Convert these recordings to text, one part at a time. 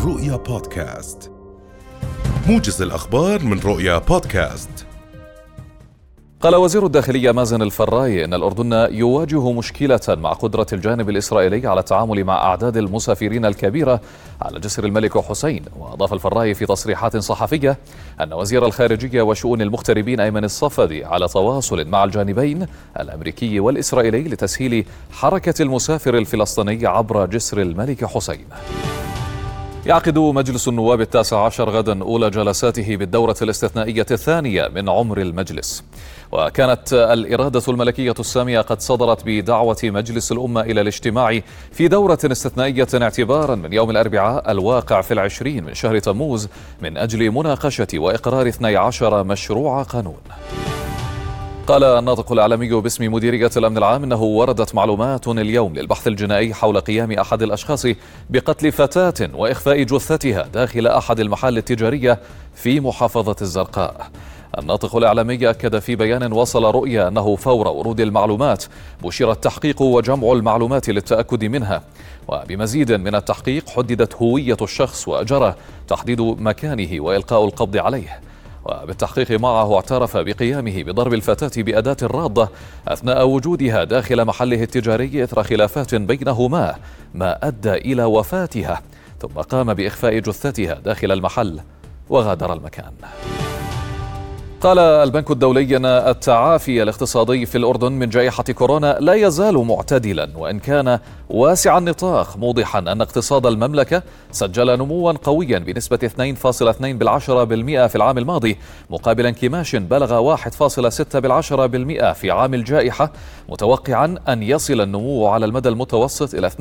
رؤيا بودكاست، موجز الأخبار من رؤيا بودكاست. قال وزير الداخلية مازن الفراي إن الأردن يواجه مشكلة مع قدرة الجانب الإسرائيلي على التعامل مع أعداد المسافرين الكبيرة على جسر الملك حسين. وأضاف الفراي في تصريحات صحفية أن وزير الخارجية وشؤون المغتربين أيمن الصفدي على تواصل مع الجانبين الأمريكي والإسرائيلي لتسهيل حركة المسافر الفلسطيني عبر جسر الملك حسين. يعقد مجلس النواب 19 غدا أولى جلساته بالدورة الاستثنائية الثانية من عمر المجلس. وكانت الإرادة الملكية السامية قد صدرت بدعوة مجلس الأمة إلى الاجتماع في دورة استثنائية اعتبارا من يوم الأربعاء الواقع في 20 من شهر تموز من أجل مناقشة وإقرار 12 مشروع قانون. قال الناطق الإعلامي باسم مديرية الأمن العام إنه وردت معلومات اليوم للبحث الجنائي حول قيام أحد الأشخاص بقتل فتاة وإخفاء جثتها داخل أحد المحال التجارية في محافظة الزرقاء. الناطق الإعلامي أكد في بيان وصل رؤيا أنه فور ورود المعلومات بشر التحقيق وجمع المعلومات للتأكد منها، وبمزيد من التحقيق حددت هوية الشخص وجرى تحديد مكانه وإلقاء القبض عليه. وبالتحقيق معه اعترف بقيامه بضرب الفتاة بأداة رادة أثناء وجودها داخل محله التجاري إثر خلافات بينهما ما أدى إلى وفاتها، ثم قام بإخفاء جثتها داخل المحل وغادر المكان. قال البنك الدولي أن التعافي الاقتصادي في الأردن من جائحة كورونا لا يزال معتدلا وإن كان واسع النطاق، موضحا أن اقتصاد المملكة سجل نموا قويا بنسبة 2.2% في العام الماضي، مقابل انكماش بلغ 1.6% في عام الجائحة، متوقعا أن يصل النمو على المدى المتوسط إلى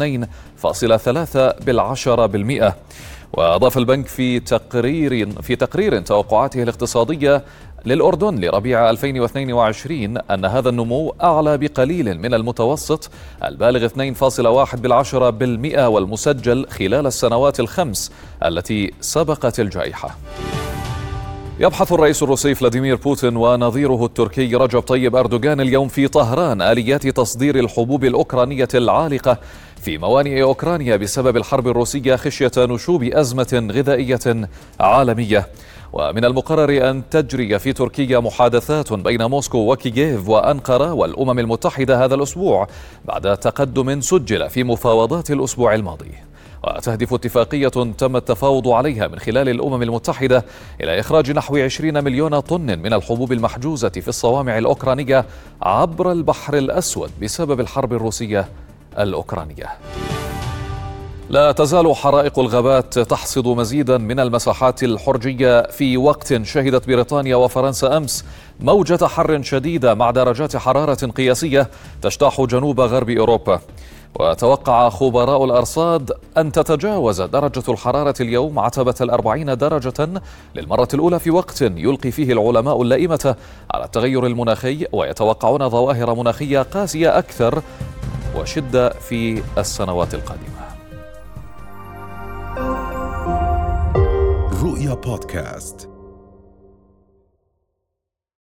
2.3%. وأضاف البنك في تقرير توقعاته الاقتصادية للأردن لربيع 2022 أن هذا النمو أعلى بقليل من المتوسط البالغ 2.1% والمسجل خلال السنوات الخمس التي سبقت الجائحة. يبحث الرئيس الروسي فلاديمير بوتين ونظيره التركي رجب طيب أردوغان اليوم في طهران آليات تصدير الحبوب الأوكرانية العالقة في موانئ أوكرانيا بسبب الحرب الروسية خشية نشوب أزمة غذائية عالمية. ومن المقرر أن تجري في تركيا محادثات بين موسكو وكييف وأنقرة والأمم المتحدة هذا الأسبوع بعد تقدم سجل في مفاوضات الأسبوع الماضي. وتهدف اتفاقية تم التفاوض عليها من خلال الأمم المتحدة إلى إخراج نحو 20 مليون طن من الحبوب المحجوزة في الصوامع الأوكرانية عبر البحر الأسود بسبب الحرب الروسية الأوكرانية. لا تزال حرائق الغابات تحصد مزيدا من المساحات الحرجية في وقت شهدت بريطانيا وفرنسا أمس موجة حر شديدة مع درجات حرارة قياسية تجتاح جنوب غرب أوروبا. وتوقع خبراء الأرصاد أن تتجاوز درجة الحرارة اليوم عتبة 40 درجة للمرة الأولى في وقت يلقي فيه العلماء اللائمة على التغير المناخي، ويتوقعون ظواهر مناخية قاسية أكثر وشدة في السنوات القادمة. رؤيا بودكاست.